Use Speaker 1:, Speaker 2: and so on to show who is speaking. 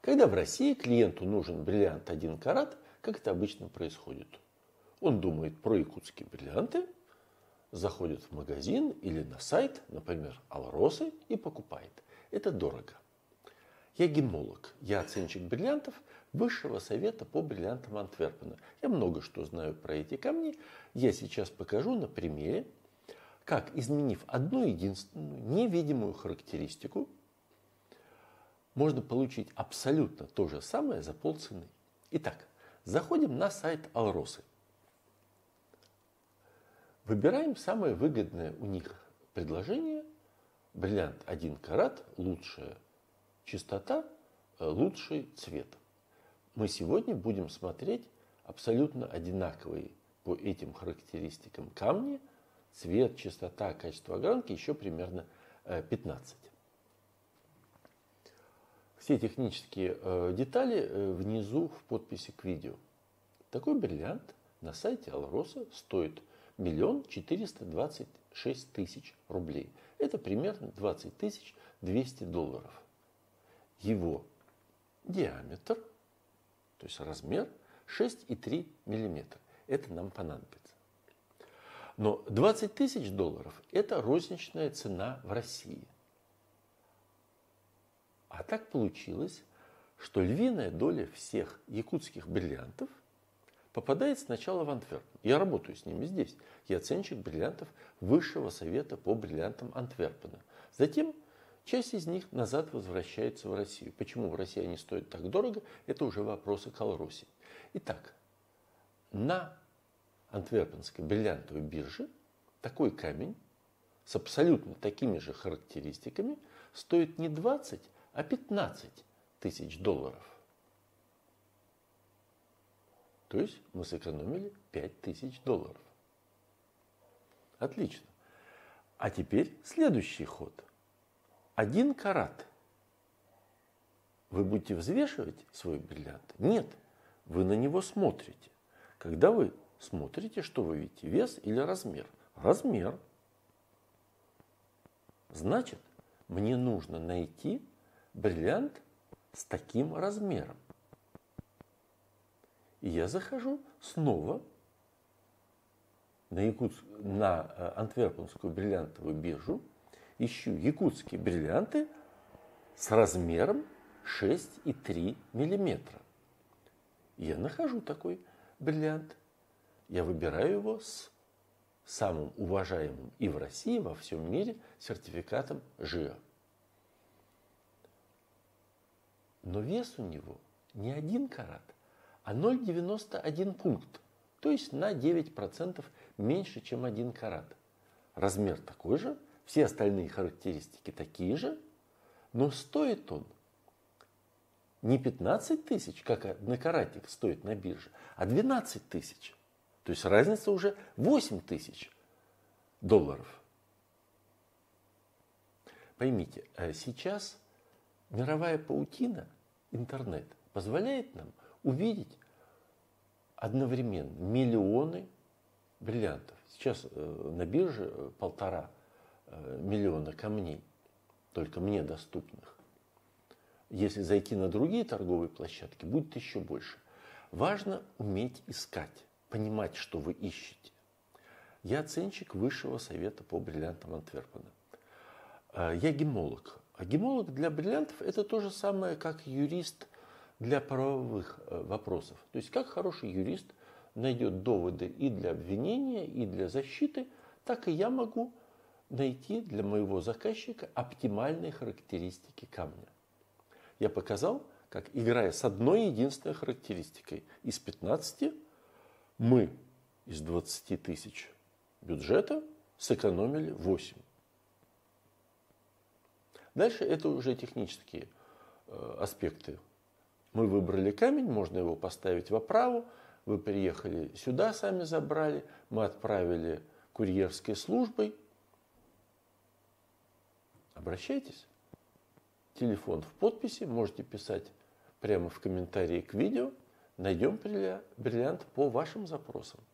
Speaker 1: Когда в России клиенту нужен бриллиант 1 карат, как это обычно происходит? Он думает про якутские бриллианты, заходит в магазин или на сайт, например, Алросы, и покупает. Это дорого. Я гемолог, я оценщик бриллиантов Высшего совета по бриллиантам Антверпена. Я много что знаю про эти камни. Я сейчас покажу на примере, как, изменив одну единственную невидимую характеристику, можно получить абсолютно то же самое за полцены. Итак, заходим на сайт Алросы. Выбираем самое выгодное у них предложение. Бриллиант 1 карат, лучшая чистота, лучший цвет. Мы сегодня будем смотреть абсолютно одинаковые по этим характеристикам камни. Цвет, чистота, качество огранки еще примерно 15. Все технические детали внизу в подписи к видео. Такой бриллиант на сайте Алроса стоит 1 426 000 рублей. Это примерно 20 200 долларов. Его диаметр, то есть размер, 6,3 мм. Это нам понадобится. Но 20 000 долларов – это розничная цена в России. А так получилось, что львиная доля всех якутских бриллиантов попадает сначала в Антверпен. Я работаю с ними здесь. Я оценщик бриллиантов Высшего совета по бриллиантам Антверпена. Затем часть из них назад возвращается в Россию. Почему в России они стоят так дорого, это уже вопросы к Алросе. Итак, на Антверпенской бриллиантовой бирже такой камень с абсолютно такими же характеристиками стоит не 20, а 15 000 долларов. То есть мы сэкономили 5000 долларов. Отлично. А теперь следующий ход. 1 карат. Вы будете взвешивать свой бриллиант? Нет. Вы на него смотрите. Когда вы смотрите, что вы видите? Вес или размер? Размер. Значит, мне нужно найти бриллиант с таким размером. И я захожу снова на Антверпенскую бриллиантовую биржу, ищу якутские бриллианты с размером 6,3 мм. Я нахожу такой бриллиант. Я выбираю его с самым уважаемым и в России, и во всем мире сертификатом ЖИА. Но вес у него не 1 карат, а 0,91 пункт. То есть на 9% меньше, чем 1 карат. Размер такой же, все остальные характеристики такие же, но стоит он не 15 000, как на каратик стоит на бирже, а 12 000. То есть разница уже 8 000 долларов. Поймите, сейчас мировая паутина, интернет, позволяет нам увидеть одновременно миллионы бриллиантов. Сейчас на бирже 1,5 миллиона камней, только мне доступных. Если зайти на другие торговые площадки, будет еще больше. Важно уметь искать, понимать, что вы ищете. Я оценщик Высшего совета по бриллиантам Антверпена. Я гемолог. А гемолог для бриллиантов – это то же самое, как юрист для правовых вопросов. То есть, как хороший юрист найдет доводы и для обвинения, и для защиты, так и я могу найти для моего заказчика оптимальные характеристики камня. Я показал, как, играя с одной единственной характеристикой из 15, мы из 20 000 бюджета сэкономили 8. Дальше это уже технические аспекты. Мы выбрали камень, можно его поставить в оправу. Вы приехали сюда, сами забрали. Мы отправили курьерской службой. Обращайтесь. Телефон в подписи. Можете писать прямо в комментарии к видео. Найдем бриллиант по вашим запросам.